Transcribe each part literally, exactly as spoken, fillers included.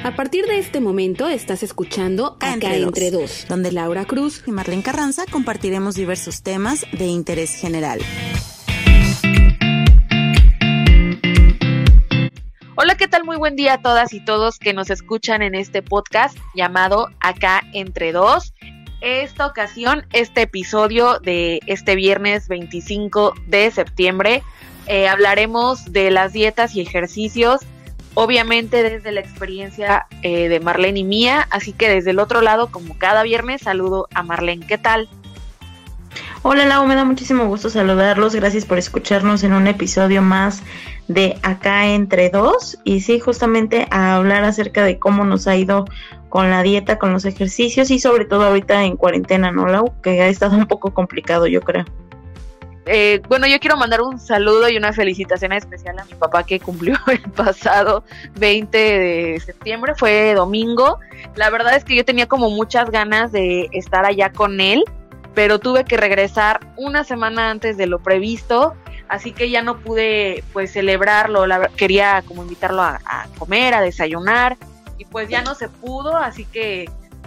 A partir de este momento estás escuchando Acá, Acá Entre, Entre Dos, Dos, donde Laura Cruz y Marlene Carranza compartiremos diversos temas de interés general. Hola, ¿qué tal? Muy buen día a todas y todos que nos escuchan en este podcast llamado Acá Entre Dos. Esta ocasión, este episodio de este viernes veinticinco de septiembre, eh, hablaremos de las dietas y ejercicios, obviamente desde la experiencia eh, de Marlene y mía, así que desde el otro lado, como cada viernes, saludo a Marlene. ¿Qué tal? Hola Lau, me da muchísimo gusto saludarlos, gracias por escucharnos en un episodio más de Acá Entre Dos, y sí, justamente a hablar acerca de cómo nos ha ido con la dieta, con los ejercicios y sobre todo ahorita en cuarentena, ¿no, Lau? Que ha estado un poco complicado, yo creo. Eh, bueno, yo quiero mandar un saludo y una felicitación especial a mi papá que cumplió el pasado veinte de septiembre, fue domingo. La verdad es que yo tenía como muchas ganas de estar allá con él, pero tuve que regresar una semana antes de lo previsto, así que ya no pude pues celebrarlo. La, quería como invitarlo a, a comer, a desayunar, y pues ya no se pudo, así que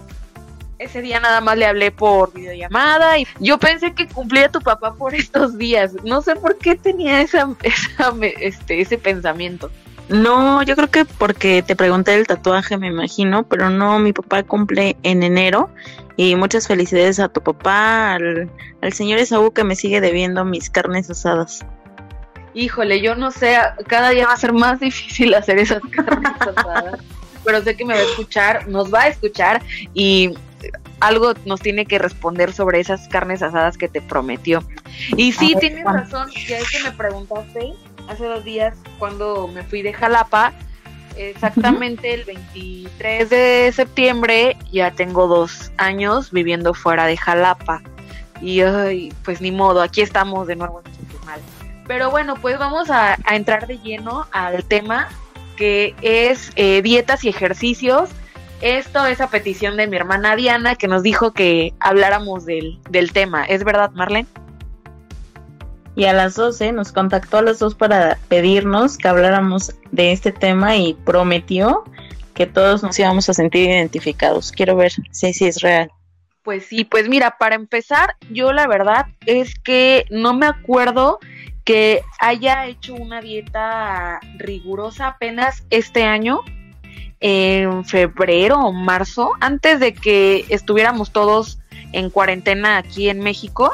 ese día nada más le hablé por videollamada y yo pensé que cumplía tu papá por estos días. No sé por qué tenía esa, esa este, ese pensamiento. No, yo creo que porque te pregunté el tatuaje, me imagino, pero no, mi papá cumple en enero. Y muchas felicidades a tu papá, al, al señor Esaú que me sigue debiendo mis carnes asadas. Híjole, yo no sé, cada día va a ser más difícil hacer esas carnes asadas, pero sé que me va a escuchar, nos va a escuchar y algo nos tiene que responder sobre esas carnes asadas que te prometió. Y sí, ver, tienes Juan. razón, ya es que me preguntaste hace dos días cuando me fui de Jalapa, exactamente uh-huh. el veintitrés de septiembre, ya tengo dos años viviendo fuera de Jalapa. Y ay, pues ni modo, aquí estamos de nuevo en Chetumal. Pero bueno, pues vamos a, a entrar de lleno al tema que es eh, dietas y ejercicios. Esto es a petición de mi hermana Diana, que nos dijo que habláramos del, del tema. ¿Es verdad, Marlene? Y a las doce nos contactó a las dos para pedirnos que habláramos de este tema y prometió que todos nos íbamos a sentir identificados. Quiero ver si, si es real. Pues sí, pues mira, para empezar, yo la verdad es que no me acuerdo que haya hecho una dieta rigurosa apenas este año, en febrero o marzo, antes de que estuviéramos todos en cuarentena aquí en México.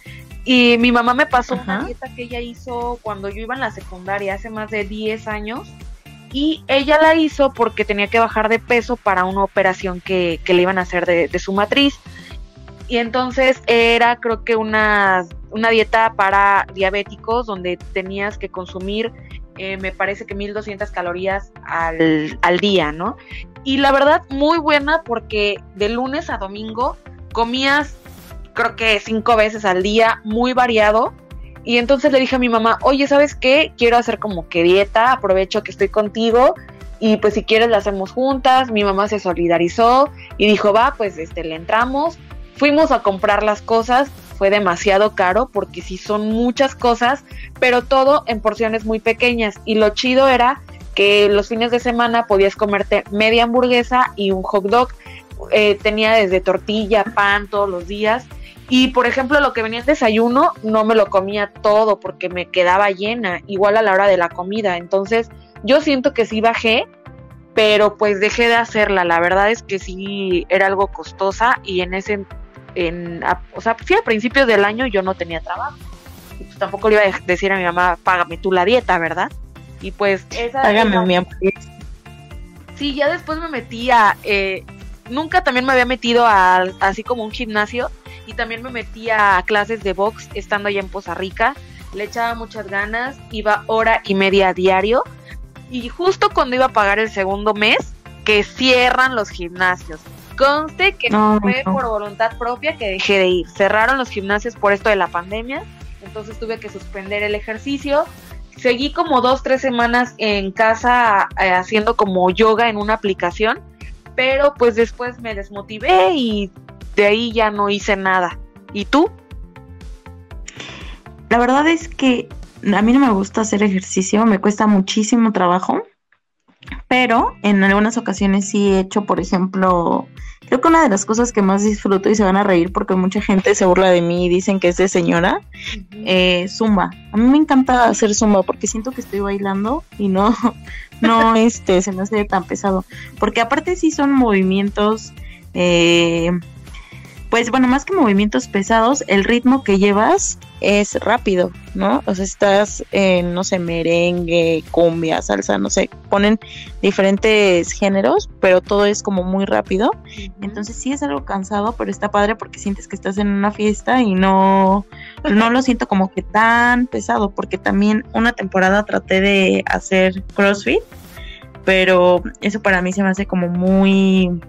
Y mi mamá me pasó Ajá. una dieta que ella hizo cuando yo iba en la secundaria, hace más de diez años, y ella la hizo porque tenía que bajar de peso para una operación que, que le iban a hacer de, de su matriz. Y entonces era, creo que una, una dieta para diabéticos, donde tenías que consumir Eh, me parece que mil doscientas calorías al, al día, ¿no? Y la verdad, muy buena, porque de lunes a domingo comías, creo que cinco veces al día, muy variado. Y entonces le dije a mi mamá, oye, ¿sabes qué? Quiero hacer como que dieta, aprovecho que estoy contigo, y pues si quieres la hacemos juntas. Mi mamá se solidarizó y dijo, va, pues este, le entramos. Fuimos a comprar las cosas. Fue demasiado caro porque sí son muchas cosas, pero todo en porciones muy pequeñas. Y lo chido era que los fines de semana podías comerte media hamburguesa y un hot dog. Eh, tenía desde tortilla, pan todos los días. Y por ejemplo, lo que venía en desayuno no me lo comía todo porque me quedaba llena, igual a la hora de la comida. Entonces yo siento que sí bajé, pero pues dejé de hacerla. La verdad es que sí era algo costosa, y en ese En, a, o sea, sí, a principios del año yo no tenía trabajo, y pues tampoco le iba a decir a mi mamá, págame tú la dieta, ¿verdad? Y pues esa págame esa, mi hamburguesa. Sí, ya después me metí a eh, nunca también me había metido a así como un gimnasio, y también me metí a clases de box estando allá en Poza Rica. Le echaba muchas ganas, iba hora y media a diario, y justo cuando iba a pagar el segundo mes, que cierran los gimnasios. Conste que no, no fue no. por voluntad propia que dejé de ir. Cerraron los gimnasios por esto de la pandemia, entonces tuve que suspender el ejercicio. Seguí como dos, tres semanas en casa eh, haciendo como yoga en una aplicación, pero pues después me desmotivé y de ahí ya no hice nada. ¿Y tú? La verdad es que a mí no me gusta hacer ejercicio, me cuesta muchísimo trabajo, pero en algunas ocasiones sí he hecho, por ejemplo, creo que una de las cosas que más disfruto, y se van a reír porque mucha gente se burla de mí y dicen que es de señora, uh-huh. eh, zumba. A mí me encanta hacer zumba porque siento que estoy bailando y no, no este, se me hace tan pesado. Porque aparte sí son movimientos, eh, pues bueno, más que movimientos pesados, el ritmo que llevas es rápido, ¿no? O sea, estás en, no sé, merengue, cumbia, salsa, no sé, ponen diferentes géneros, pero todo es como muy rápido. Uh-huh. Entonces sí es algo cansado, pero está padre porque sientes que estás en una fiesta y no, no lo siento como que tan pesado, porque también una temporada traté de hacer CrossFit, pero eso para mí se me hace como muy...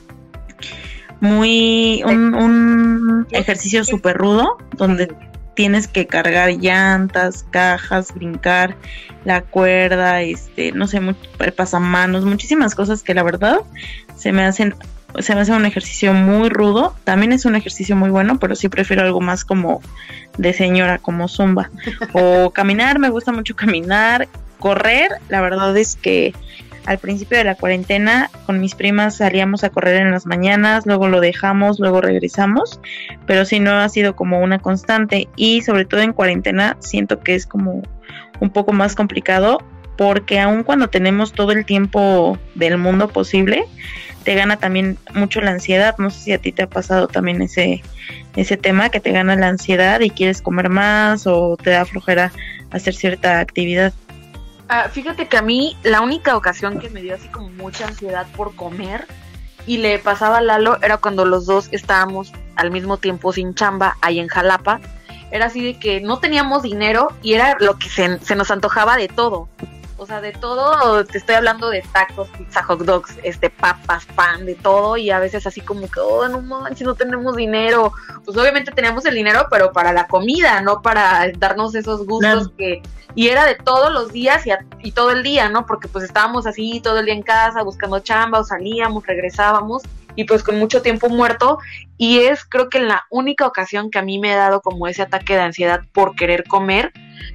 muy un, un ejercicio súper rudo donde tienes que cargar llantas, cajas, brincar la cuerda, este, no sé, mucho, el pasamanos, muchísimas cosas que la verdad se me hacen, se me hace un ejercicio muy rudo. También es un ejercicio muy bueno, pero sí prefiero algo más como de señora, como zumba. O caminar, me gusta mucho caminar, correr, la verdad es que al principio de la cuarentena con mis primas salíamos a correr en las mañanas, luego lo dejamos, luego regresamos, pero sí no ha sido como una constante, y sobre todo en cuarentena siento que es como un poco más complicado, porque aun cuando tenemos todo el tiempo del mundo posible, te gana también mucho la ansiedad. No sé si a ti te ha pasado también ese, ese tema, que te gana la ansiedad y quieres comer más o te da flojera hacer cierta actividad. Ah, fíjate que a mí la única ocasión que me dio así como mucha ansiedad por comer y le pasaba a Lalo era cuando los dos estábamos al mismo tiempo sin chamba ahí en Jalapa. Era así de que no teníamos dinero y era lo que se, se nos antojaba de todo. O sea, de todo, te estoy hablando de tacos, pizza, hot dogs, este, papas, pan, de todo, y a veces así como que, oh, no manches, no tenemos dinero. Pues obviamente teníamos el dinero, pero para la comida, no para darnos esos gustos, no. que y era de todos los días y, a, y todo el día, ¿no? Porque pues estábamos así todo el día en casa buscando chamba, o salíamos, regresábamos, y pues con mucho tiempo muerto, y es creo que la única ocasión que a mí me ha dado como ese ataque de ansiedad por querer comer.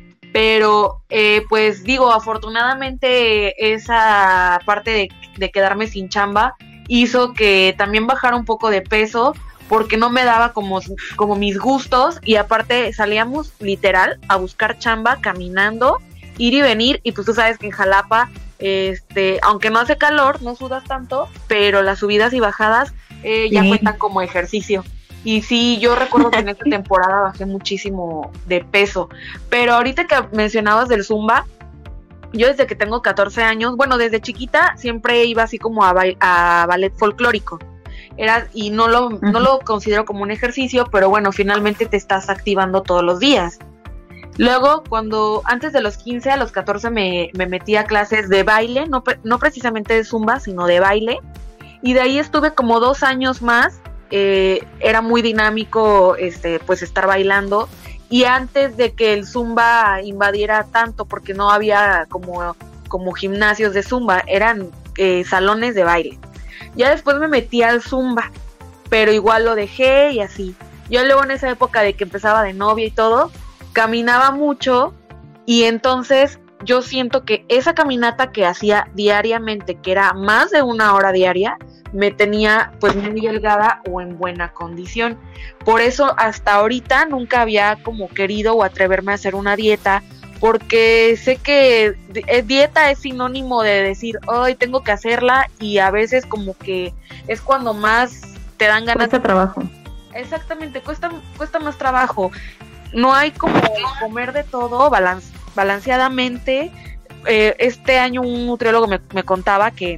Pero eh, pues digo, afortunadamente esa parte de, de quedarme sin chamba hizo que también bajara un poco de peso, porque no me daba como, como mis gustos, y aparte salíamos literal a buscar chamba caminando, ir y venir, y pues tú sabes que en Jalapa, este, aunque no hace calor, no sudas tanto, pero las subidas y bajadas eh, ya sí. cuentan como ejercicio. Y sí, yo recuerdo que en esta temporada bajé muchísimo de peso. Pero ahorita que mencionabas del Zumba, yo desde que tengo catorce años, bueno, desde chiquita siempre iba así como a, ba- a ballet folclórico. Era, y no lo, uh-huh. no lo considero como un ejercicio, pero bueno, finalmente te estás activando todos los días. Luego, cuando antes de los quince a los catorce me, me metí a clases de baile, no, no precisamente de Zumba, sino de baile. Y de ahí estuve como dos años más. Eh, era muy dinámico este pues estar bailando, y antes de que el Zumba invadiera tanto, porque no había como, como gimnasios de Zumba, eran eh, salones de baile. Ya después me metí al Zumba, pero igual lo dejé y así. Yo luego en esa época de que empezaba de novia y todo, caminaba mucho, y entonces yo siento que esa caminata que hacía diariamente, que era más de una hora diaria, me tenía pues muy delgada o en buena condición. Por eso hasta ahorita nunca había como querido o atreverme a hacer una dieta, porque sé que dieta es sinónimo de decir, hoy tengo que hacerla, y a veces como que es cuando más te dan ganas. Cuesta trabajo. Exactamente, cuesta, cuesta más trabajo. No hay como comer de todo balance, balanceadamente. Eh, este año un nutriólogo me, me contaba que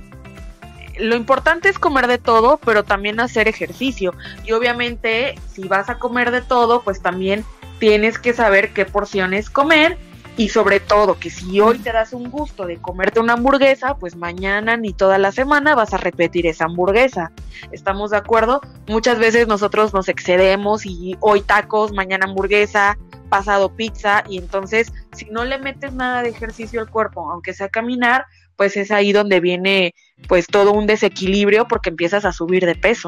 lo importante es comer de todo, pero también hacer ejercicio. Y obviamente, si vas a comer de todo, pues también tienes que saber qué porciones comer. Y sobre todo, que si hoy te das un gusto de comerte una hamburguesa, pues mañana ni toda la semana vas a repetir esa hamburguesa. ¿Estamos de acuerdo? Muchas veces nosotros nos excedemos y hoy tacos, mañana hamburguesa, pasado pizza. Y entonces, si no le metes nada de ejercicio al cuerpo, aunque sea caminar, pues es ahí donde viene pues todo un desequilibrio, porque empiezas a subir de peso.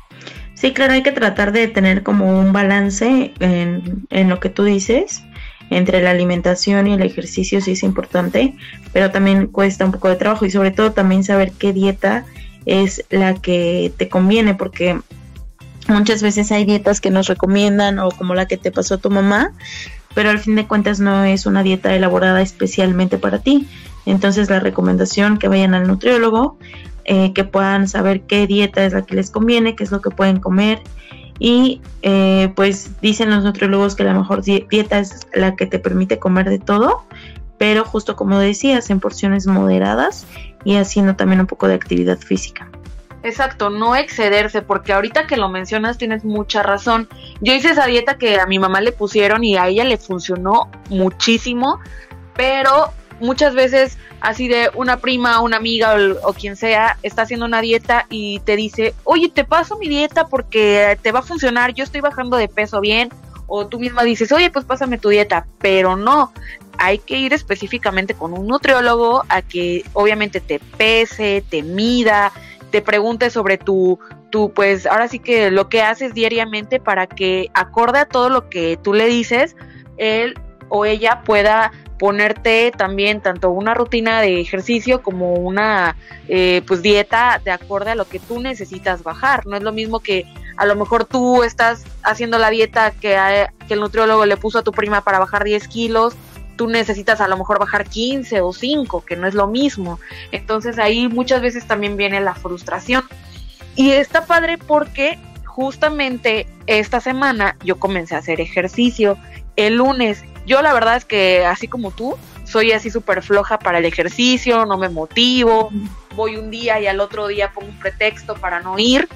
Sí, claro, hay que tratar de tener como un balance en, en lo que tú dices, entre la alimentación y el ejercicio sí es importante, pero también cuesta un poco de trabajo y sobre todo también saber qué dieta es la que te conviene, porque muchas veces hay dietas que nos recomiendan o como la que te pasó a tu mamá, pero al fin de cuentas no es una dieta elaborada especialmente para ti. Entonces la recomendación que vayan al nutriólogo, eh, que puedan saber qué dieta es la que les conviene, qué es lo que pueden comer y eh, pues dicen los nutriólogos que la mejor dieta es la que te permite comer de todo, pero justo como decías, en porciones moderadas y haciendo también un poco de actividad física. Exacto, no excederse, porque ahorita que lo mencionas tienes mucha razón. Yo hice esa dieta que a mi mamá le pusieron y a ella le funcionó muchísimo, pero muchas veces así de una prima, una amiga o, o quien sea está haciendo una dieta y te dice, oye, te paso mi dieta porque te va a funcionar, yo estoy bajando de peso bien, o tú misma dices, oye, pues pásame tu dieta, pero no, hay que ir específicamente con un nutriólogo a que obviamente te pese, te mida, te pregunte sobre tu, tu, pues ahora sí que lo que haces diariamente para que acorde a todo lo que tú le dices, él o ella pueda ponerte también tanto una rutina de ejercicio como una eh, pues dieta de acorde a lo que tú necesitas bajar. No es lo mismo que a lo mejor tú estás haciendo la dieta que, a, que el nutriólogo le puso a tu prima para bajar diez kilos, tú necesitas a lo mejor bajar quince o cinco, que no es lo mismo. Entonces ahí muchas veces también viene la frustración. Y está padre porque justamente esta semana yo comencé a hacer ejercicio. El lunes, yo la verdad es que así como tú, soy así súper floja para el ejercicio, no me motivo, voy un día y al otro día pongo un pretexto para no ir.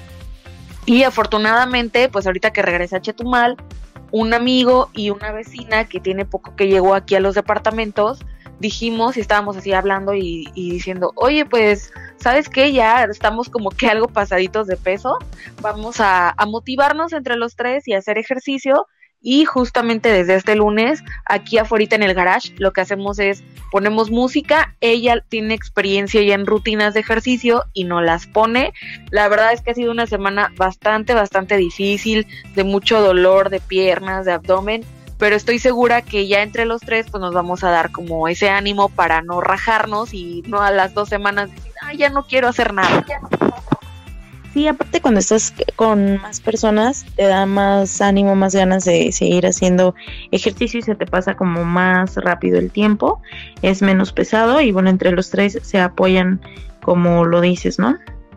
Y afortunadamente, pues ahorita que regresé a Chetumal, un amigo y una vecina que tiene poco que llegó aquí a los departamentos, dijimos y estábamos así hablando y, y diciendo, oye, pues, ¿sabes qué? Ya estamos como que algo pasaditos de peso, vamos a, a motivarnos entre los tres y a hacer ejercicio. Y justamente desde este lunes, aquí afuera en el garage, lo que hacemos es, ponemos música, ella tiene experiencia ya en rutinas de ejercicio y nos las pone. La verdad es que ha sido una semana bastante, bastante difícil, de mucho dolor de piernas, de abdomen, pero estoy segura que ya entre los tres pues nos vamos a dar como ese ánimo para no rajarnos y no a las dos semanas decir, ah, ya no quiero hacer nada. Ya no quiero hacer nada. Sí, aparte cuando estás con más personas te da más ánimo, más ganas de seguir haciendo ejercicio y se te pasa como más rápido el tiempo, es menos pesado y bueno, entre los tres se apoyan como lo dices, ¿no?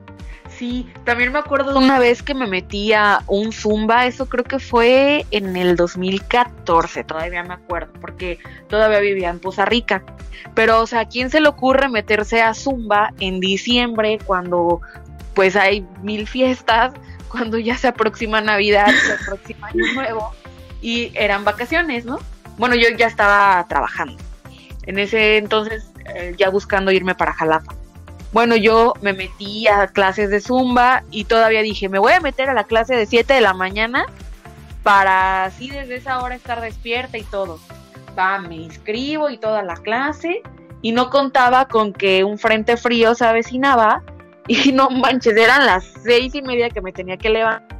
Sí, también me acuerdo de una vez que me metí a un Zumba, eso creo que fue en el dos mil catorce, todavía me acuerdo, porque todavía vivía en Poza Rica, pero o sea, ¿a quién se le ocurre meterse a Zumba en diciembre cuando pues hay mil fiestas, cuando ya se aproxima Navidad, se aproxima Año Nuevo, y eran vacaciones, ¿no? Bueno, yo ya estaba trabajando, en ese entonces eh, ya buscando irme para Jalapa. Bueno, yo me metí a clases de Zumba, y todavía dije, me voy a meter a la clase de siete de la mañana, para así desde esa hora estar despierta y todo. Va, me inscribo y toda la clase, y no contaba con que un frente frío se avecinaba, y no manches, eran las seis y media que me tenía que levantar,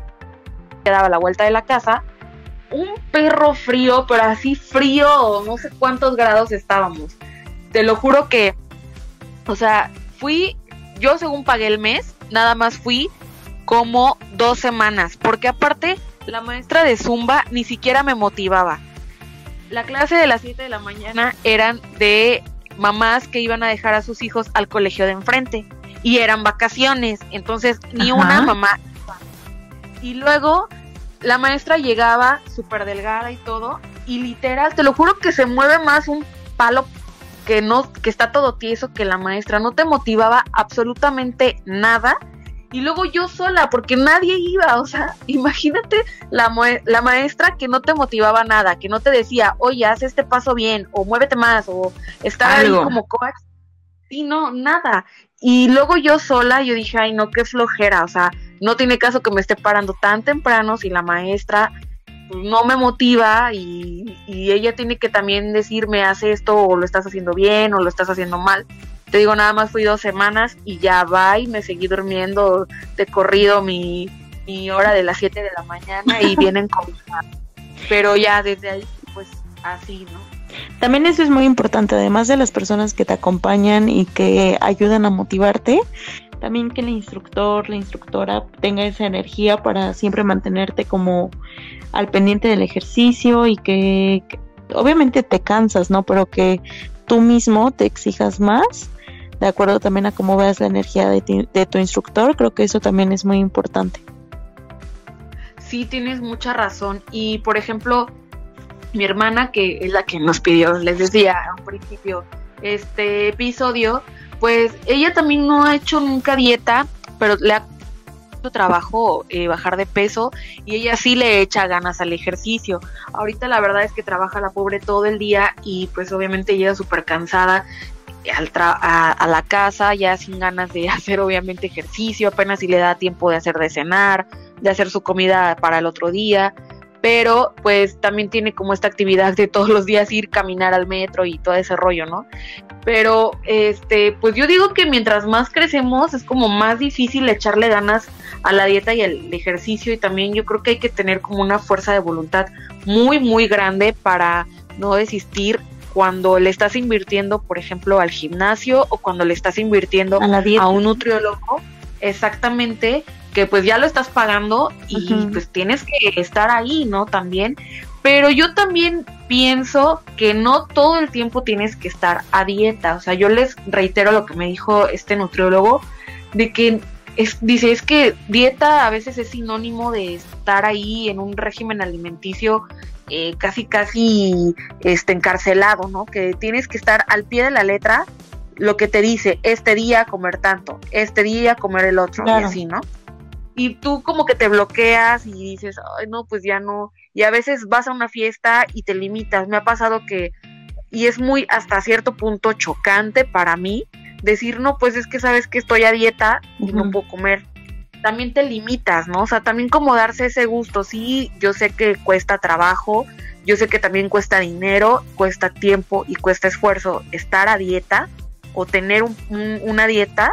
que daba la vuelta de la casa, un perro frío, pero así frío, no sé cuántos grados estábamos, te lo juro que, o sea, fui, yo según pagué el mes, nada más fui como dos semanas, porque aparte, la maestra de Zumba ni siquiera me motivaba. La clase de las siete de la mañana eran de mamás que iban a dejar a sus hijos al colegio de enfrente, y eran vacaciones, entonces ni Ajá. una mamá. Y luego la maestra llegaba súper delgada y todo, y literal, te lo juro que se mueve más un palo que no, que está todo tieso que la maestra, no te motivaba absolutamente nada. Y luego yo sola, porque nadie iba, o sea, imagínate la, la maestra que no te motivaba nada, que no te decía, oye, haz este paso bien, o muévete más, o estar ahí como coach. Y no, nada. Y luego yo sola, yo dije, ay no, qué flojera, o sea, no tiene caso que me esté parando tan temprano si la maestra pues, no me motiva y, y ella tiene que también decirme, haz esto, o lo estás haciendo bien, o lo estás haciendo mal. Te digo, nada más fui dos semanas y ya va, y me seguí durmiendo de corrido mi, mi hora de las siete de la mañana y vienen con... Pero ya desde ahí, pues, así, ¿no? También eso es muy importante, además de las personas que te acompañan y que ayudan a motivarte, también que el instructor, la instructora tenga esa energía para siempre mantenerte como al pendiente del ejercicio y que, que obviamente te cansas, ¿no? Pero que tú mismo te exijas más, de acuerdo también a cómo veas la energía de, ti, de tu instructor. Creo que eso también es muy importante. Sí, tienes mucha razón. Y por ejemplo, mi hermana, que es la que nos pidió, les decía a un principio, este episodio, pues ella también no ha hecho nunca dieta, pero le ha costado trabajo eh, bajar de peso, y ella sí le echa ganas al ejercicio. Ahorita la verdad es que trabaja la pobre todo el día y pues obviamente llega súper cansada al tra- a, a la casa, ya sin ganas de hacer obviamente ejercicio, apenas si le da tiempo de hacer de cenar, de hacer su comida para el otro día. Pero pues también tiene como esta actividad de todos los días ir, caminar al metro y todo ese rollo, ¿no? Pero este, pues yo digo que mientras más crecemos es como más difícil echarle ganas a la dieta y al ejercicio, y también yo creo que hay que tener como una fuerza de voluntad muy muy grande para no desistir cuando le estás invirtiendo, por ejemplo, al gimnasio, o cuando le estás invirtiendo a, la dieta. A un nutriólogo, exactamente, que pues ya lo estás pagando y uh-huh. pues tienes que estar ahí, ¿no? También, pero yo también pienso que no todo el tiempo tienes que estar a dieta. O sea, yo les reitero lo que me dijo este nutriólogo, de que es, dice, es que dieta a veces es sinónimo de estar ahí en un régimen alimenticio eh, casi casi este encarcelado, ¿no? Que tienes que estar al pie de la letra lo que te dice, este día comer tanto, este día comer el otro, claro. Y así, ¿no? Y tú como que te bloqueas y dices, ay, no, pues ya no. Y a veces vas a una fiesta y te limitas. Me ha pasado que, y es muy hasta cierto punto chocante para mí, decir, no, pues es que sabes que estoy a dieta y uh-huh. no puedo comer. También te limitas, ¿no? O sea, también como darse ese gusto. Sí, yo sé que cuesta trabajo, yo sé que también cuesta dinero, cuesta tiempo y cuesta esfuerzo estar a dieta o tener un, un, una dieta,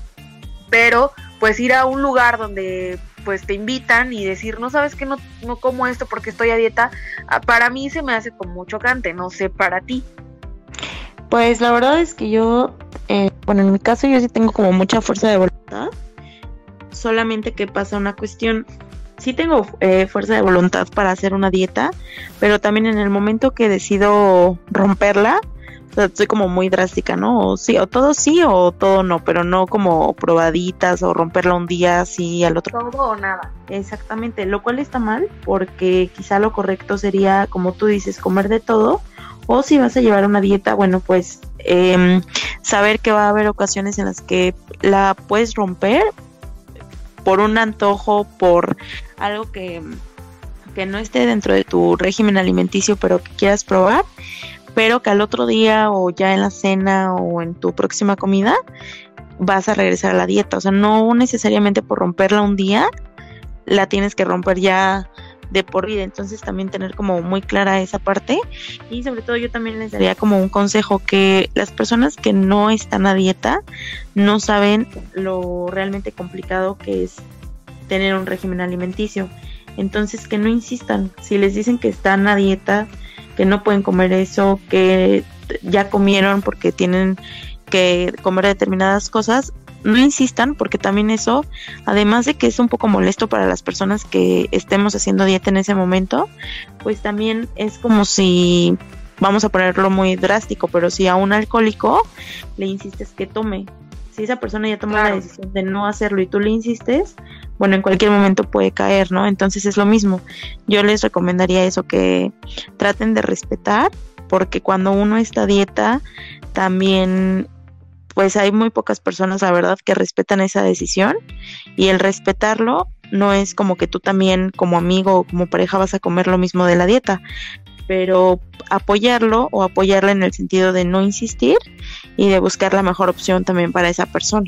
pero pues ir a un lugar donde pues te invitan y decir, no, sabes que no, no como esto porque estoy a dieta, para mí se me hace como chocante, no sé, para ti. Pues la verdad es que yo, eh, bueno, en mi caso yo sí tengo como mucha fuerza de voluntad, solamente que pasa una cuestión, sí tengo eh, fuerza de voluntad para hacer una dieta, pero también en el momento que decido romperla, o sea, soy como muy drástica, ¿no? O sí, o todo sí o todo no, pero no como probaditas o romperla un día así al otro. Todo o nada. Exactamente, lo cual está mal porque quizá lo correcto sería, como tú dices, comer de todo, o si vas a llevar una dieta, bueno, pues eh, saber que va a haber ocasiones en las que la puedes romper por un antojo, por algo que, que no esté dentro de tu régimen alimenticio, pero que quieras probar, pero que al otro día o ya en la cena o en tu próxima comida vas a regresar a la dieta. O sea, no necesariamente por romperla un día la tienes que romper ya de por vida. Entonces también tener como muy clara esa parte, y sobre todo yo también les daría como un consejo, que las personas que no están a dieta no saben lo realmente complicado que es tener un régimen alimenticio. Entonces que no insistan. Si les dicen que están a dieta, que no pueden comer eso, que ya comieron porque tienen que comer determinadas cosas, no insistan, porque también eso, además de que es un poco molesto para las personas que estemos haciendo dieta en ese momento, pues también es como si, vamos a ponerlo muy drástico, pero si a un alcohólico le insistes que tome, si esa persona ya toma claro. la decisión de no hacerlo y tú le insistes, bueno, en cualquier momento puede caer, ¿no? Entonces es lo mismo. Yo les recomendaría eso, que traten de respetar, porque cuando uno está a dieta, también pues hay muy pocas personas, la verdad, que respetan esa decisión, y el respetarlo no es como que tú también como amigo o como pareja vas a comer lo mismo de la dieta, pero apoyarlo o apoyarla en el sentido de no insistir y de buscar la mejor opción también para esa persona.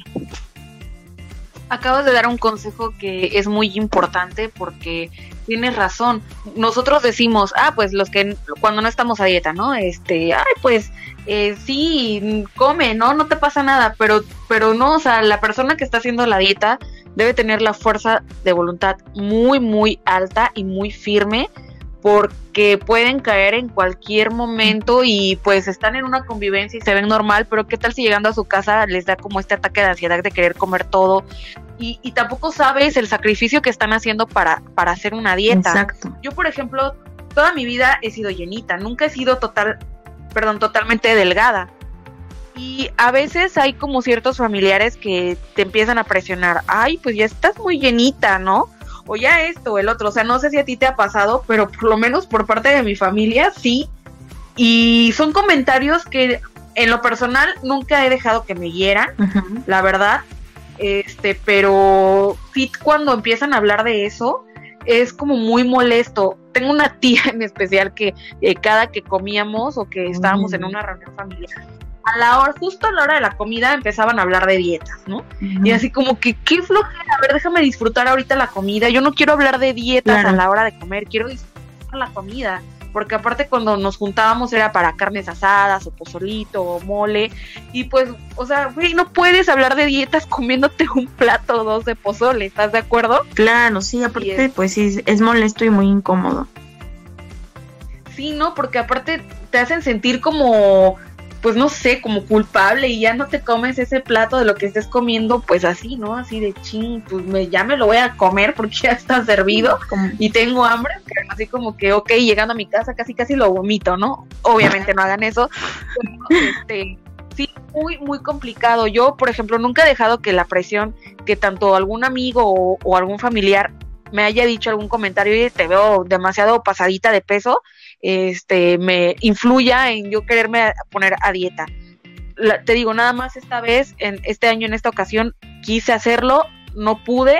Acabas de dar un consejo que es muy importante, porque tienes razón. Nosotros decimos, ah, pues los que cuando no estamos a dieta, ¿no? Este, ay, pues eh, sí, come, ¿no? No te pasa nada, pero, pero no, o sea, la persona que está haciendo la dieta debe tener la fuerza de voluntad muy, muy alta y muy firme, porque pueden caer en cualquier momento y pues están en una convivencia y se ven normal, pero qué tal si llegando a su casa les da como este ataque de ansiedad de querer comer todo y, y tampoco sabes el sacrificio que están haciendo para, para hacer una dieta. Exacto. Yo, por ejemplo, toda mi vida he sido llenita, nunca he sido total, perdón, totalmente delgada. Y a veces hay como ciertos familiares que te empiezan a presionar, ay, pues ya estás muy llenita, ¿no? O ya esto o el otro, o sea, no sé si a ti te ha pasado, pero por lo menos por parte de mi familia, sí. Y son comentarios que en lo personal nunca he dejado que me hieran, uh-huh. la verdad. Este, pero sí, cuando empiezan a hablar de eso, es como muy molesto. Tengo una tía en especial que eh, cada que comíamos o que estábamos uh-huh. en una reunión familiar, a la hora, justo a la hora de la comida empezaban a hablar de dietas, ¿no? Uh-huh. Y así como que, qué flojera, a ver, déjame disfrutar ahorita la comida, yo no quiero hablar de dietas claro. a la hora de comer, quiero disfrutar la comida, porque aparte cuando nos juntábamos era para carnes asadas, o pozolito, o mole, y pues, o sea, güey, no puedes hablar de dietas comiéndote un plato o dos de pozole, ¿estás de acuerdo? Claro, sí, aparte, es, pues sí, es molesto y muy incómodo. Sí, ¿no? Porque aparte te hacen sentir como... pues no sé, como culpable y ya no te comes ese plato de lo que estés comiendo, pues así, ¿no? Así de ching, pues me, ya me lo voy a comer porque ya está servido y tengo hambre, pero así como que, ok, llegando a mi casa casi casi lo vomito, ¿no? Obviamente no hagan eso, pero, este, sí, muy, muy complicado. Yo, por ejemplo, nunca he dejado que la presión, que tanto algún amigo o, o algún familiar me haya dicho algún comentario y te veo demasiado pasadita de peso, este, me influya en yo quererme poner a dieta. La, te digo, nada más esta vez, en este año, en esta ocasión, quise hacerlo, no pude,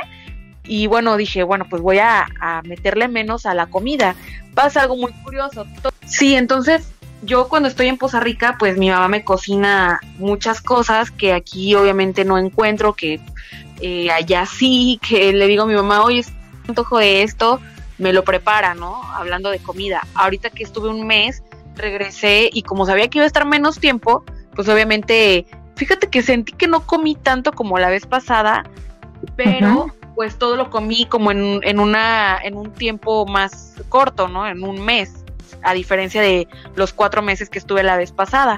y bueno, dije, bueno, pues voy a, a meterle menos a la comida. Pasa algo muy curioso. Sí, entonces, yo cuando estoy en Poza Rica, pues mi mamá me cocina muchas cosas que aquí obviamente no encuentro, que eh, allá sí, que le digo a mi mamá, oye, antojo de esto, me lo prepara, ¿no? Hablando de comida. Ahorita que estuve un mes, regresé y como sabía que iba a estar menos tiempo, pues obviamente, fíjate que sentí que no comí tanto como la vez pasada, pero uh-huh. pues todo lo comí como en, en una, en un tiempo más corto, ¿no? En un mes, a diferencia de los cuatro meses que estuve la vez pasada.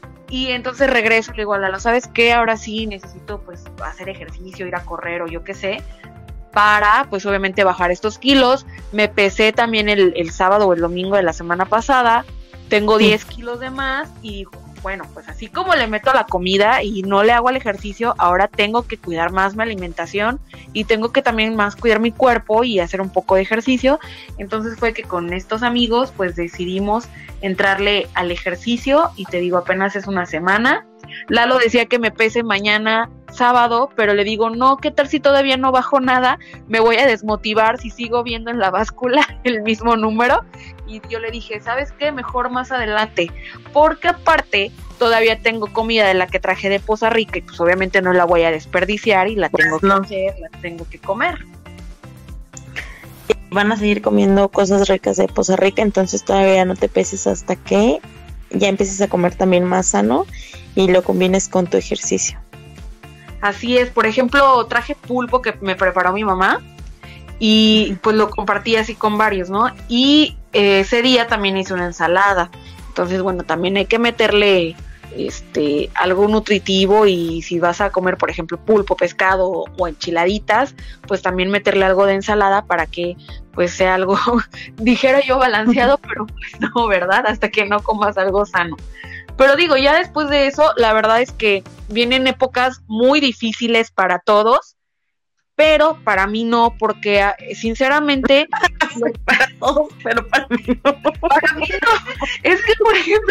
Y entonces regreso y le digo a Lalo, ¿sabes qué? Ahora sí necesito pues hacer ejercicio, ir a correr o yo qué sé, para, pues obviamente bajar estos kilos. Me pesé también el, el sábado o el domingo de la semana pasada, tengo diez kilos de más y bueno, pues así como le meto a la comida y no le hago al ejercicio, ahora tengo que cuidar más mi alimentación y tengo que también más cuidar mi cuerpo y hacer un poco de ejercicio. Entonces fue que con estos amigos pues decidimos entrarle al ejercicio y te digo, apenas es una semana. Lalo decía que me pese mañana sábado, pero le digo, no, ¿qué tal si todavía no bajo nada? Me voy a desmotivar si sigo viendo en la báscula el mismo número. Y yo le dije, ¿sabes qué? Mejor más adelante, porque aparte todavía tengo comida de la que traje de Poza Rica y pues obviamente no la voy a desperdiciar y la pues tengo no. que hacer, la tengo que comer. Van a seguir comiendo cosas ricas de Poza Rica, entonces todavía no te peses hasta que ya empieces a comer también más sano y lo combines con tu ejercicio. Así es, por ejemplo, traje pulpo que me preparó mi mamá y pues lo compartí así con varios, ¿no? Y eh, ese día también hice una ensalada, entonces bueno, también hay que meterle este algo nutritivo y si vas a comer, por ejemplo, pulpo, pescado o enchiladitas, pues también meterle algo de ensalada para que pues sea algo, dijera yo, balanceado, pero pues no, ¿verdad? Hasta que no comas algo sano. Pero digo, ya después de eso, la verdad es que vienen épocas muy difíciles para todos, pero para mí no, porque sinceramente... para todos, pero para mí no. Para mí no. Es que, por ejemplo...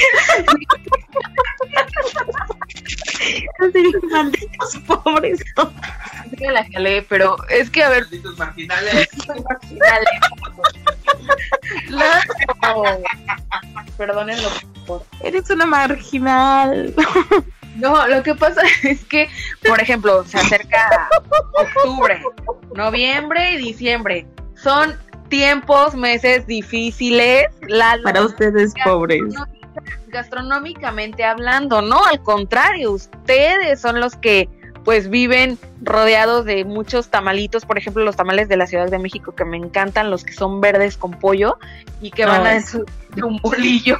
malditos pobres. Sí me la jalé, pero es que, a ver... Malditos marginales. marginales. No. Perdónenlo, por Eres una marginal. No, lo que pasa es que, por ejemplo, se acerca octubre, noviembre y diciembre. Son tiempos, meses difíciles. La, para ustedes, pobres. Gastronómicamente hablando, no, al contrario, ustedes son los que pues viven rodeados de muchos tamalitos, por ejemplo los tamales de la Ciudad de México que me encantan, los que son verdes con pollo y que van a de un bolillo.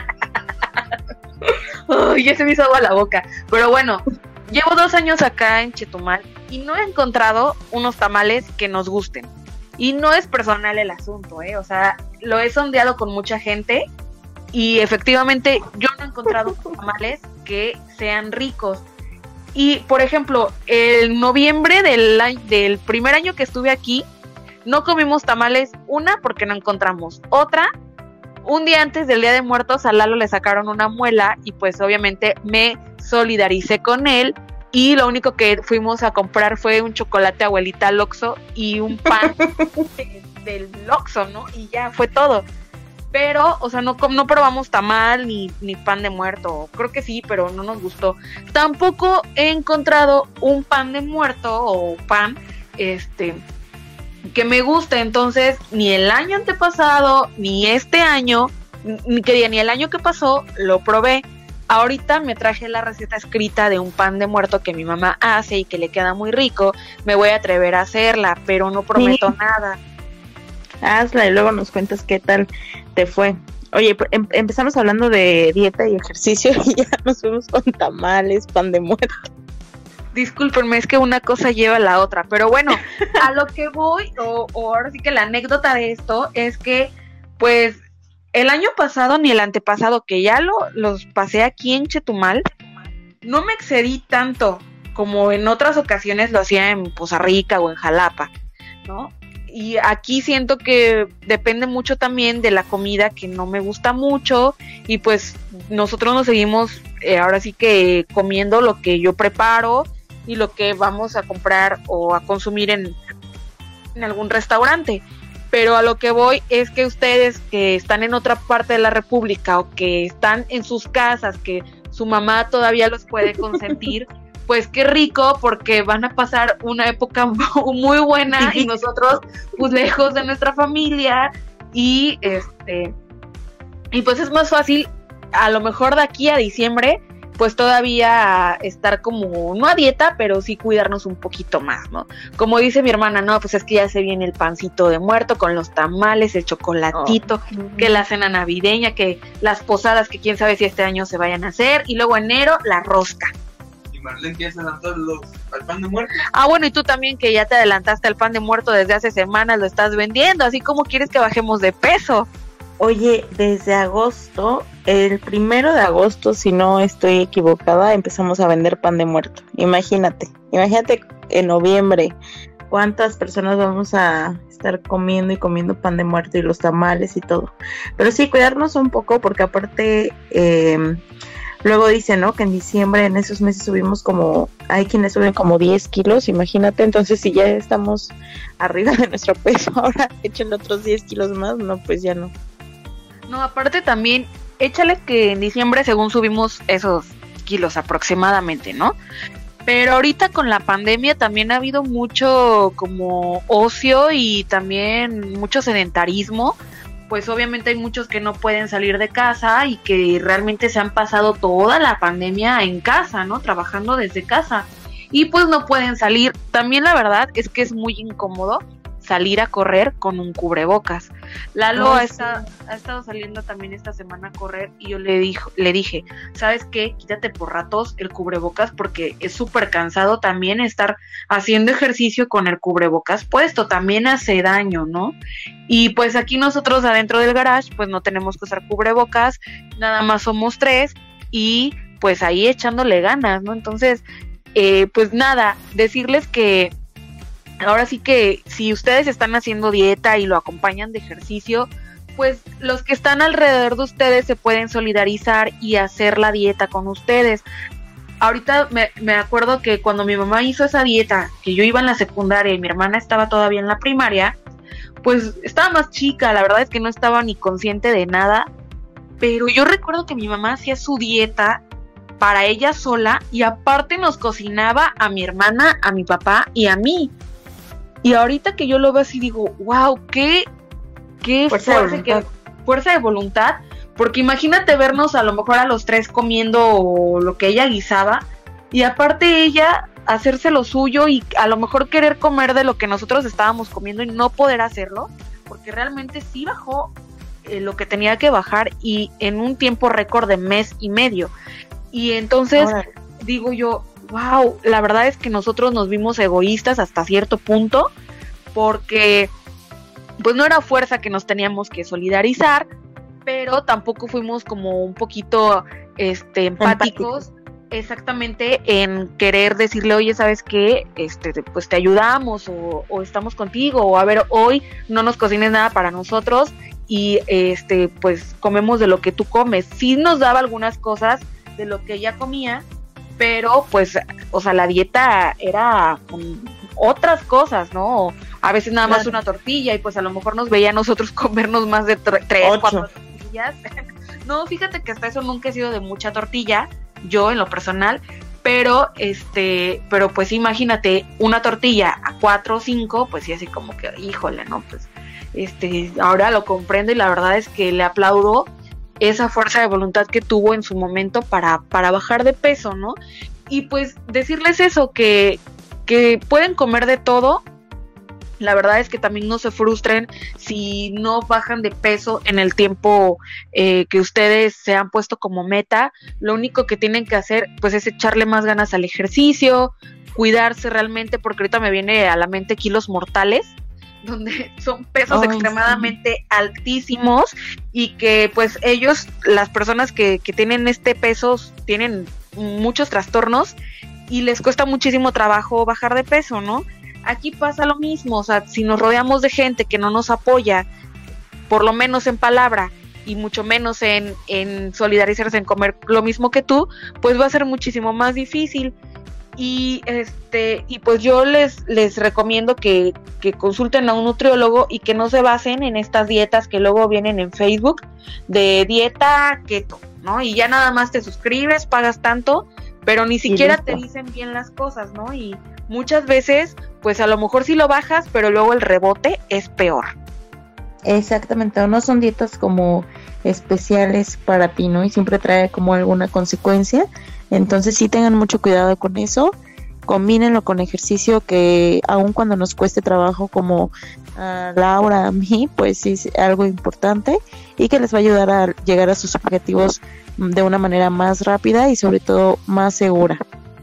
Uy, ya se me hizo agua la boca. Pero bueno, llevo dos años acá en Chetumal y no he encontrado unos tamales que nos gusten. Y no es personal el asunto, ¿eh? O sea, lo he sondeado con mucha gente y efectivamente yo no he encontrado tamales que sean ricos. Y, por ejemplo, el noviembre del, del primer año que estuve aquí, no comimos tamales, una, porque no encontramos. Otra, un día antes del Día de Muertos a Lalo le sacaron una muela y pues obviamente me solidaricé con él y lo único que fuimos a comprar fue un chocolate abuelita al Oxxo y un pan de, del Oxxo, ¿no? Y ya fue todo. Pero, o sea, no, no probamos tamal ni, ni pan de muerto. Creo que sí, pero no nos gustó. Tampoco he encontrado un pan de muerto o pan, este, que me guste. Entonces, ni el año antepasado, ni este año, ni que ni el año que pasó, lo probé. Ahorita me traje la receta escrita de un pan de muerto que mi mamá hace y que le queda muy rico. Me voy a atrever a hacerla, pero no prometo sí. nada. Hazla y luego nos cuentas qué tal te fue. Oye, em- empezamos hablando de dieta y ejercicio y ya nos fuimos con tamales, pan de muerto. Discúlpenme, es que una cosa lleva a la otra, pero bueno, a lo que voy, o, o ahora sí que la anécdota de esto es que, pues, el año pasado ni el antepasado, que ya lo, los pasé aquí en Chetumal, no me excedí tanto como en otras ocasiones lo hacía en Poza Rica o en Jalapa, ¿no? Y aquí siento que depende mucho también de la comida que no me gusta mucho y pues nosotros nos seguimos eh, ahora sí que comiendo lo que yo preparo y lo que vamos a comprar o a consumir en, en algún restaurante. Pero a lo que voy es que ustedes que están en otra parte de la República o que están en sus casas, que su mamá todavía los puede consentir, pues qué rico, porque van a pasar una época muy buena y nosotros pues lejos de nuestra familia y este y pues es más fácil a lo mejor de aquí a diciembre pues todavía estar como no a dieta, pero sí cuidarnos un poquito más, ¿no? Como dice mi hermana, no, pues es que ya se viene el pancito de muerto con los tamales, el chocolatito, oh. que la cena navideña, que las posadas que quién sabe si este año se vayan a hacer y luego enero la rosca. Marlene, ¿quieres adelantar los, al pan de muerto? Ah, bueno, y tú también que ya te adelantaste al pan de muerto desde hace semanas, lo estás vendiendo, así como quieres que bajemos de peso. Oye, desde agosto, el primero de agosto, si no estoy equivocada, empezamos a vender pan de muerto. Imagínate, imagínate en noviembre, cuántas personas vamos a estar comiendo y comiendo pan de muerto y los tamales y todo. Pero sí, cuidarnos un poco porque aparte... Eh, Luego dice, ¿no? Que en diciembre, en esos meses subimos como, hay quienes suben como diez kilos, imagínate, entonces si ya estamos arriba de nuestro peso, ahora échenle otros diez kilos más, no, pues ya no. No, aparte también, échale que en diciembre según subimos esos kilos aproximadamente, ¿no? Pero ahorita con la pandemia también ha habido mucho como ocio y también mucho sedentarismo. Pues obviamente hay muchos que no pueden salir de casa y que realmente se han pasado toda la pandemia en casa, ¿no? Trabajando desde casa. Y pues no pueden salir. También la verdad es que es muy incómodo salir a correr con un cubrebocas. Lalo oh, ha, sí. estado, ha estado saliendo también esta semana a correr y yo le, dijo, le dije, ¿sabes qué? Quítate por ratos el cubrebocas porque es súper cansado también estar haciendo ejercicio con el cubrebocas puesto, también hace daño, ¿no? Y pues aquí nosotros adentro del garage pues no tenemos que usar cubrebocas, nada más somos tres y pues ahí echándole ganas, ¿no? Entonces, eh, pues nada, decirles que ahora sí que si ustedes están haciendo dieta y lo acompañan de ejercicio, pues los que están alrededor de ustedes se pueden solidarizar y hacer la dieta con ustedes. Ahorita me, me acuerdo que cuando mi mamá hizo esa dieta, que yo iba en la secundaria y mi hermana estaba todavía en la primaria, pues estaba más chica, la verdad es que no estaba ni consciente de nada, pero yo recuerdo que mi mamá hacía su dieta para ella sola y aparte nos cocinaba a mi hermana, a mi papá y a mí. Y ahorita que yo lo veo así digo, wow, qué, qué fuerza, fuerza, de qué fuerza de voluntad, porque imagínate vernos a lo mejor a los tres comiendo lo que ella guisaba, y aparte ella hacerse lo suyo y a lo mejor querer comer de lo que nosotros estábamos comiendo y no poder hacerlo, porque realmente sí bajó eh, lo que tenía que bajar y en un tiempo récord de mes y medio. Y entonces Ahora. digo yo, wow, la verdad es que nosotros nos vimos egoístas hasta cierto punto, porque pues no era fuerza que nos teníamos que solidarizar, pero tampoco fuimos como un poquito este empáticos. Empático. Exactamente, en querer decirle, oye, ¿sabes qué? Este, pues te ayudamos o, o estamos contigo, o a ver, hoy no nos cocines nada para nosotros y este, pues comemos de lo que tú comes. Sí nos daba algunas cosas de lo que ella comía, pero pues, o sea, la dieta era con otras cosas, ¿no? A veces nada más claro. una tortilla y pues a lo mejor nos veía a nosotros comernos más de tre- tres, Ocho. cuatro tortillas. No, fíjate que hasta eso nunca he sido de mucha tortilla, yo en lo personal, pero este, pero pues imagínate una tortilla a cuatro o cinco, pues sí así como que, híjole, ¿no? Pues este, ahora lo comprendo y la verdad es que le aplaudo esa fuerza de voluntad que tuvo en su momento para, para bajar de peso, ¿no? Y pues decirles eso, que, que pueden comer de todo. La verdad es que también no se frustren si no bajan de peso en el tiempo eh, que ustedes se han puesto como meta. Lo único que tienen que hacer pues es echarle más ganas al ejercicio, cuidarse realmente, porque ahorita me viene a la mente Kilos Mortales, donde son pesos oh, extremadamente sí. altísimos y que pues ellos, las personas que, que tienen este peso, tienen muchos trastornos y les cuesta muchísimo trabajo bajar de peso, ¿no? Aquí pasa lo mismo, o sea, si nos rodeamos de gente que no nos apoya, por lo menos en palabra, y mucho menos en, en solidarizarse en comer lo mismo que tú, pues va a ser muchísimo más difícil. Y este, y pues yo les, les recomiendo que, que consulten a un nutriólogo y que no se basen en estas dietas que luego vienen en Facebook, de dieta keto, ¿no? Y ya nada más te suscribes, pagas tanto, pero ni siquiera te dicen bien las cosas, ¿no? Y muchas veces, pues a lo mejor sí lo bajas, pero luego el rebote es peor. Exactamente, no son dietas como especiales para ti, ¿no? Y siempre trae como alguna consecuencia. Entonces sí tengan mucho cuidado con eso. Combínenlo con ejercicio, que aun cuando nos cueste trabajo, como a Laura, a mí, pues sí es algo importante y que les va a ayudar a llegar a sus objetivos de una manera más rápida y sobre todo más segura.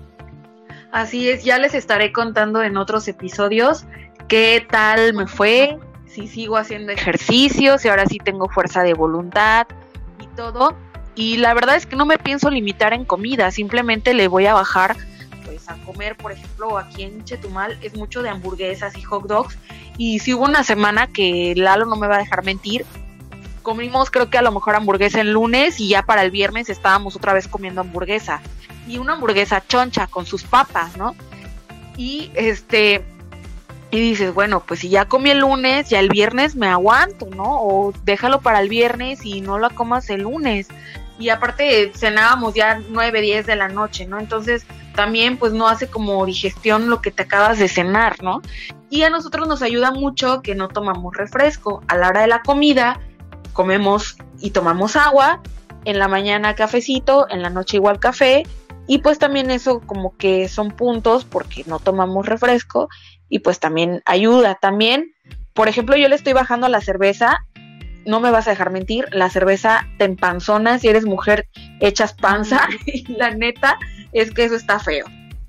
Así es, ya les estaré contando en otros episodios qué tal me fue, si sigo haciendo ejercicio, si ahora sí tengo fuerza de voluntad y todo. Y la verdad es que no me pienso limitar en comida, simplemente le voy a bajar pues a comer, por ejemplo, aquí en Chetumal es mucho de hamburguesas y hot dogs. Y si hubo una semana que Lalo no me va a dejar mentir, comimos creo que a lo mejor hamburguesa el lunes y ya para el viernes estábamos otra vez comiendo hamburguesa. Y una hamburguesa choncha con sus papas, ¿no? Y este, y dices, bueno, pues si ya comí el lunes, ya el viernes me aguanto, ¿no? O déjalo para el viernes y no la comas el lunes. Y aparte cenábamos ya nueve, diez de la noche, ¿no? Entonces también pues no hace como digestión lo que te acabas de cenar, ¿no? Y a nosotros nos ayuda mucho que no tomamos refresco. A la hora de la comida comemos y tomamos agua, en la mañana cafecito, en la noche igual café. Y pues también eso como que son puntos porque no tomamos refresco y pues también ayuda. También, por ejemplo, yo le estoy bajando a la cerveza, no me vas a dejar mentir, la cerveza te empanzona, si eres mujer echas panza y la neta es que eso está feo.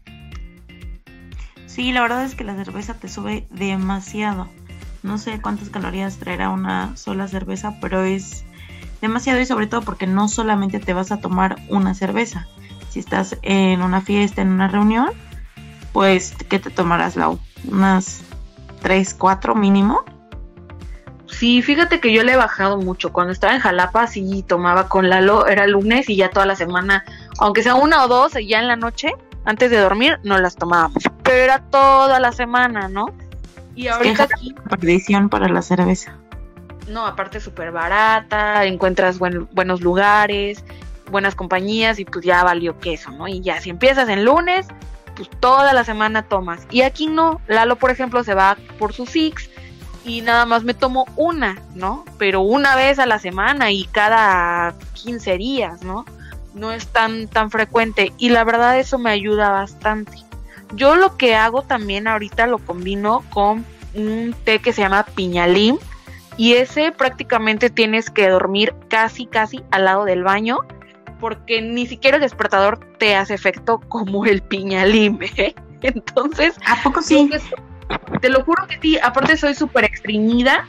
Sí, la verdad es que la cerveza te sube demasiado. No sé cuántas calorías traerá una sola cerveza, pero es demasiado y sobre todo porque no solamente te vas a tomar una cerveza. Si estás en una fiesta, en una reunión, pues, ¿qué te tomarás, Lau? ¿Unas tres, cuatro mínimo? Sí, fíjate que yo le he bajado mucho. Cuando estaba en Jalapa, sí tomaba con Lalo, era lunes y ya toda la semana, aunque sea una o dos, ya en la noche, antes de dormir, no las tomábamos. Pero era toda la semana, ¿no? Y ahorita es que aquí... perdición para la cerveza. No, aparte súper barata, encuentras buen, buenos lugares, buenas compañías y pues ya valió queso, ¿no? Y ya si empiezas en lunes, pues toda la semana tomas. Y aquí no, Lalo por ejemplo se va por su Six y nada más me tomo una, ¿no? Pero una vez a la semana y cada quince días, ¿no? No es tan, tan frecuente y la verdad eso me ayuda bastante. yo lo que hago también ahorita lo combino con un té que se llama piñalim, y ese prácticamente tienes que dormir casi, casi al lado del baño, porque ni siquiera el despertador te hace efecto como el piñalim, ¿eh? Entonces, ¿a poco sí? Te lo juro que sí, aparte soy súper estreñida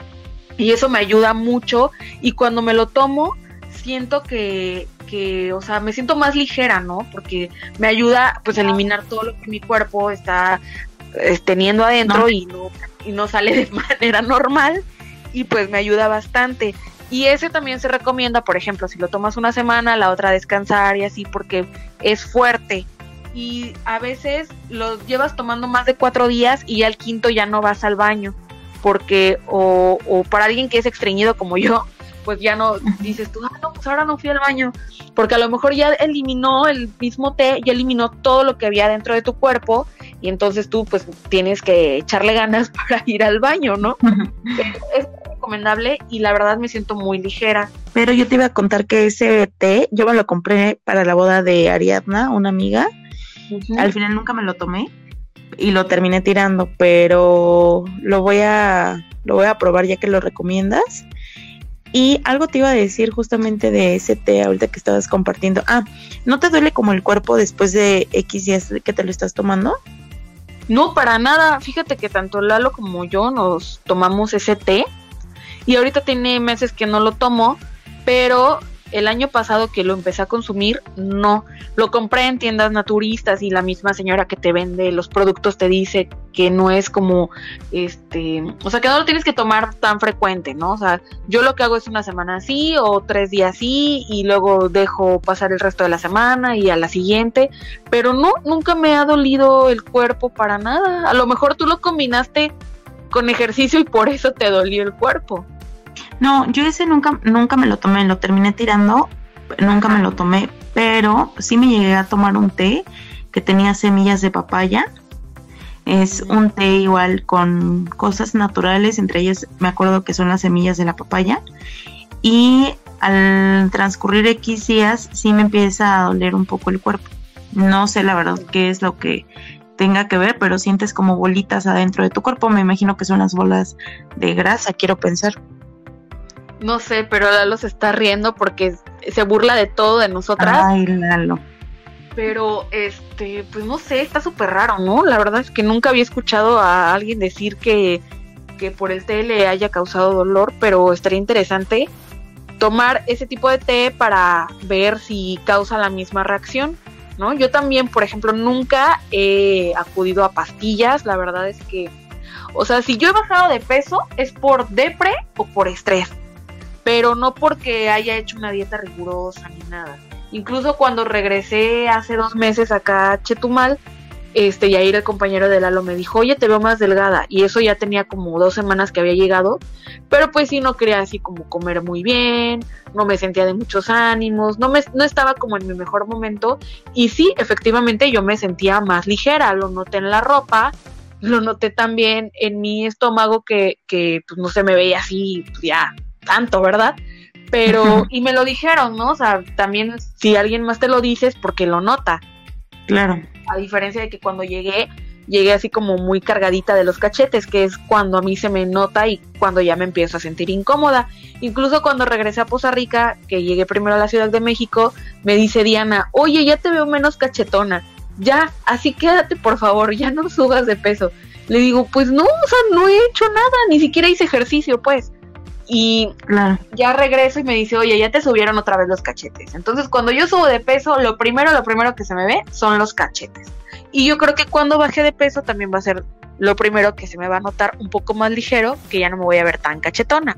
y eso me ayuda mucho, y cuando me lo tomo siento que, que, o sea, me siento más ligera, ¿no? Porque me ayuda pues a eliminar todo lo que mi cuerpo está eh, teniendo adentro no. y no y no sale de manera normal, y pues me ayuda bastante. Y ese también se recomienda, por ejemplo, si lo tomas una semana, la otra descansar y así, porque es fuerte. Y a veces lo llevas tomando más de cuatro días y ya al quinto ya no vas al baño, porque o, o para alguien que es estreñido como yo, pues ya no dices tú, ah, no, pues ahora no fui al baño, porque a lo mejor ya eliminó el mismo té, ya eliminó todo lo que había dentro de tu cuerpo, y entonces tú pues tienes que echarle ganas para ir al baño, ¿no? Es recomendable y la verdad me siento muy ligera. Pero yo te iba a contar que ese té, yo me lo compré para la boda de Ariadna, una amiga. Uh-huh. Al final nunca me lo tomé y lo terminé tirando, pero lo voy a lo voy a probar ya que lo recomiendas. Y algo te iba a decir justamente de ese té ahorita que estabas compartiendo. Ah, ¿no te duele como el cuerpo después de X días que te lo estás tomando? No, para nada. Fíjate que tanto Lalo como yo nos tomamos ese té y ahorita tiene meses que no lo tomo, pero el año pasado que lo empecé a consumir, no. Lo compré en tiendas naturistas y la misma señora que te vende los productos te dice que no es como, este, o sea, que no lo tienes que tomar tan frecuente, ¿no? O sea, yo lo que hago es una semana así o tres días así y luego dejo pasar el resto de la semana y a la siguiente, pero no, nunca me ha dolido el cuerpo para nada. A lo mejor tú lo combinaste con ejercicio y por eso te dolió el cuerpo. No, yo ese nunca nunca me lo tomé, lo terminé tirando, nunca me lo tomé, pero sí me llegué a tomar un té que tenía semillas de papaya. Es un té igual con cosas naturales, entre ellas me acuerdo que son las semillas de la papaya, y al transcurrir X días sí me empieza a doler un poco el cuerpo. No sé la verdad qué es lo que tenga que ver, pero sientes como bolitas adentro de tu cuerpo, me imagino que son las bolas de grasa, quiero pensar. No sé, pero Lalo se está riendo porque se burla de todo de nosotras. Ay, Lalo. Pero, este, pues no sé, está súper raro, ¿no? La verdad es que nunca había escuchado a alguien decir que, que por el té le haya causado dolor, pero estaría interesante tomar ese tipo de té para ver si causa la misma reacción, ¿no? Yo también, por ejemplo, nunca he acudido a pastillas, la verdad es que, o sea, si yo he bajado de peso es por depre o por estrés, pero no porque haya hecho una dieta rigurosa ni nada. Incluso cuando regresé hace dos meses acá a Chetumal, este, Yair, el compañero de Lalo, me dijo, oye, te veo más delgada, y eso ya tenía como dos semanas que había llegado, pero pues sí, no quería así como comer muy bien, no me sentía de muchos ánimos, no me, no estaba como en mi mejor momento, y sí, efectivamente yo me sentía más ligera, lo noté en la ropa, lo noté también en mi estómago que, que pues no se me veía así, pues ya, tanto, ¿verdad? Pero, y me lo dijeron, ¿no? O sea, también si alguien más te lo dice es porque lo nota. Claro. A diferencia de que cuando llegué, llegué así como muy cargadita de los cachetes, que es cuando a mí se me nota y cuando ya me empiezo a sentir incómoda. Incluso cuando regresé a Poza Rica, que llegué primero a la Ciudad de México, me dice Diana, oye, ya te veo menos cachetona, ya, así quédate por favor, ya no subas de peso. Le digo, pues no, o sea, no he hecho nada, ni siquiera hice ejercicio, pues. Y claro, ya regreso y me dice, oye, ya te subieron otra vez los cachetes. Entonces, cuando yo subo de peso, lo primero, lo primero que se me ve son los cachetes. Y yo creo que cuando baje de peso también va a ser lo primero que se me va a notar un poco más ligero, que ya no me voy a ver tan cachetona.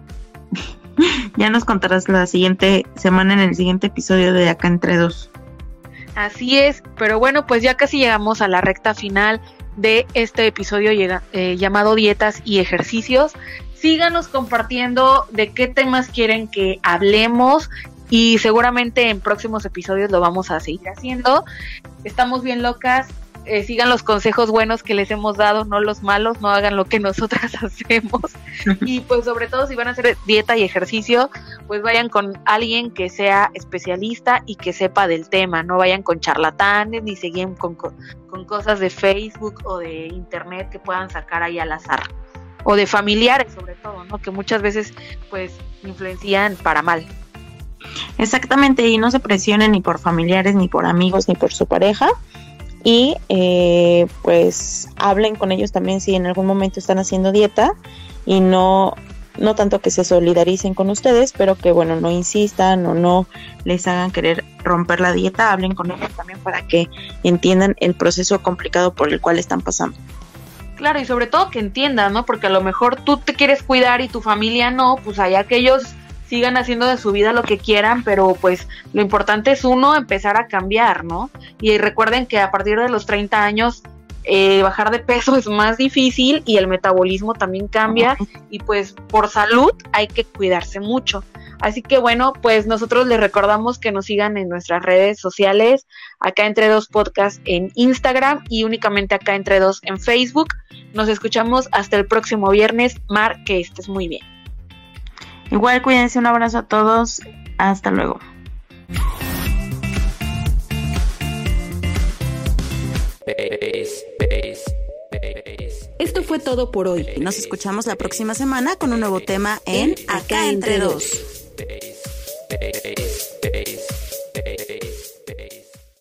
Ya nos contarás la siguiente semana en el siguiente episodio de Acá Entre Dos. Así es, pero bueno, pues ya casi llegamos a la recta final de este episodio llega, eh, llamado Dietas y Ejercicios. Síganos compartiendo de qué temas quieren que hablemos y seguramente en próximos episodios lo vamos a seguir haciendo. Estamos bien locas eh, sigan los consejos buenos que les hemos dado, no los malos, no hagan lo que nosotras hacemos. Y pues sobre todo si van a hacer dieta y ejercicio, pues vayan con alguien que sea especialista y que sepa del tema, no vayan con charlatanes ni siguen con, con, con cosas de Facebook o de internet que puedan sacar ahí al azar, o de familiares sobre todo, ¿no? Que muchas veces pues influencian para mal. Exactamente, y no se presionen ni por familiares, ni por amigos, ni por su pareja, y eh, pues hablen con ellos también si en algún momento están haciendo dieta, y no, no tanto que se solidaricen con ustedes, pero que bueno, no insistan o no les hagan querer romper la dieta, hablen con ellos también para que entiendan el proceso complicado por el cual están pasando. Claro, y sobre todo que entiendan, ¿no? Porque a lo mejor tú te quieres cuidar y tu familia no, pues allá que ellos sigan haciendo de su vida lo que quieran, pero pues lo importante es uno empezar a cambiar, ¿no? Y recuerden que a partir de los treinta años eh, bajar de peso es más difícil y el metabolismo también cambia, y pues por salud hay que cuidarse mucho. Así que bueno, pues nosotros les recordamos que nos sigan en nuestras redes sociales, Acá Entre Dos Podcast en Instagram y únicamente Acá Entre Dos en Facebook. Nos escuchamos hasta el próximo viernes. Mar, que estés muy bien. Igual, cuídense, un abrazo a todos, hasta luego. Esto fue todo por hoy. Nos escuchamos la próxima semana con un nuevo tema en Acá Entre Dos.